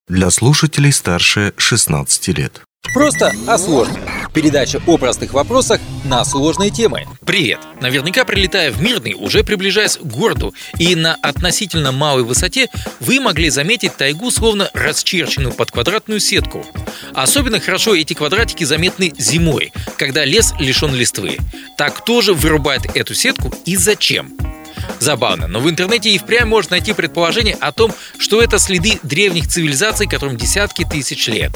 Для слушателей старше 16 лет. Просто о сложном. Передача о простых вопросах на сложные темы. Привет! Наверняка, прилетая в Мирный, уже приближаясь к городу и на относительно малой высоте, вы могли заметить тайгу, словно расчерченную под квадратную сетку. Особенно хорошо эти квадратики заметны зимой, когда лес лишен листвы. Так кто же вырубает эту сетку и зачем? Забавно, но в интернете и впрямь можно найти предположение о том, что это следы древних цивилизаций, которым десятки тысяч лет.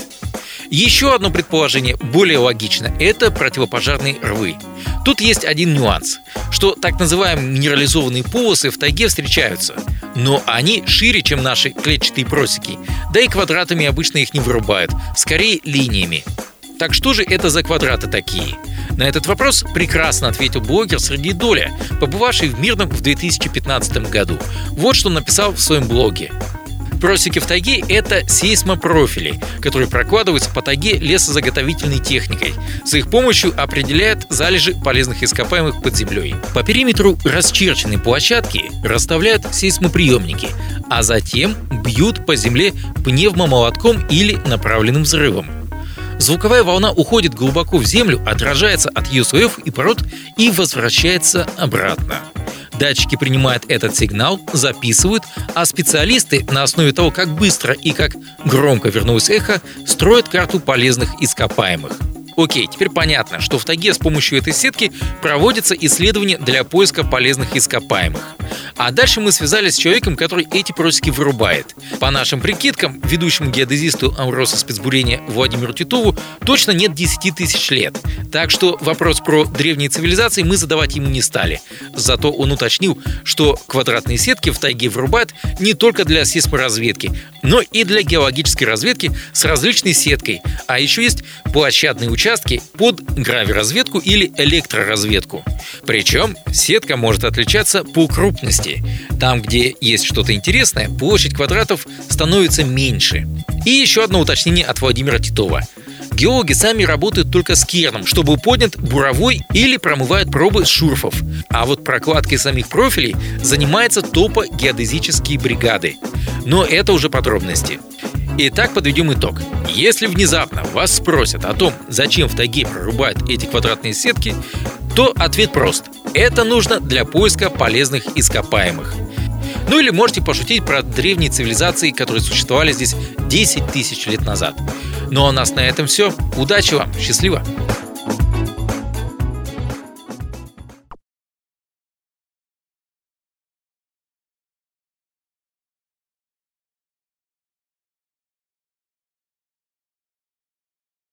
Еще одно предположение, более логично, это противопожарные рвы. Тут есть один нюанс, что так называемые минерализованные полосы в тайге встречаются, но они шире, чем наши клетчатые просеки, да и квадратами обычно их не вырубают, скорее линиями. Так что же это за квадраты такие? На этот вопрос прекрасно ответил блогер Сергей Доля, побывавший в Мирном в 2015 году. Вот что он написал в своем блоге. Просеки в тайге – это сейсмопрофили, которые прокладываются по тайге лесозаготовительной техникой. С их помощью определяют залежи полезных ископаемых под землей. По периметру расчерченной площадки расставляют сейсмоприемники, а затем бьют по земле пневмомолотком или направленным взрывом. Звуковая волна уходит глубоко в землю, отражается от ее слоев и пород и возвращается обратно. Датчики принимают этот сигнал, записывают, а специалисты на основе того, как быстро и как громко вернулось эхо, строят карту полезных ископаемых. Окей, теперь понятно, что в тайге с помощью этой сетки проводятся исследования для поиска полезных ископаемых. А дальше мы связались с человеком, который эти просеки вырубает. По нашим прикидкам, ведущему геодезисту Росспецбурения Владимиру Титову точно нет 10 тысяч лет. Так что вопрос про древние цивилизации мы задавать ему не стали. Зато он уточнил, что квадратные сетки в тайге вырубают не только для сейсморазведки, но и для геологической разведки с различной сеткой. А еще есть площадные участки под гравиразведку или электроразведку. Причем сетка может отличаться по крупности. Там, где есть что-то интересное, площадь квадратов становится меньше. И еще одно уточнение от Владимира Титова. Геологи сами работают только с керном, чтобы поднят буровой, или промывают пробы с шурфов. А вот прокладкой самих профилей занимаются топогеодезические бригады. Но это уже подробности. Итак, подведем итог. Если внезапно вас спросят о том, зачем в тайге прорубают эти квадратные сетки, то ответ прост. Это нужно для поиска полезных ископаемых. Ну или можете пошутить про древние цивилизации, которые существовали здесь 10 тысяч лет назад. Ну а у нас на этом все. Удачи вам, счастливо!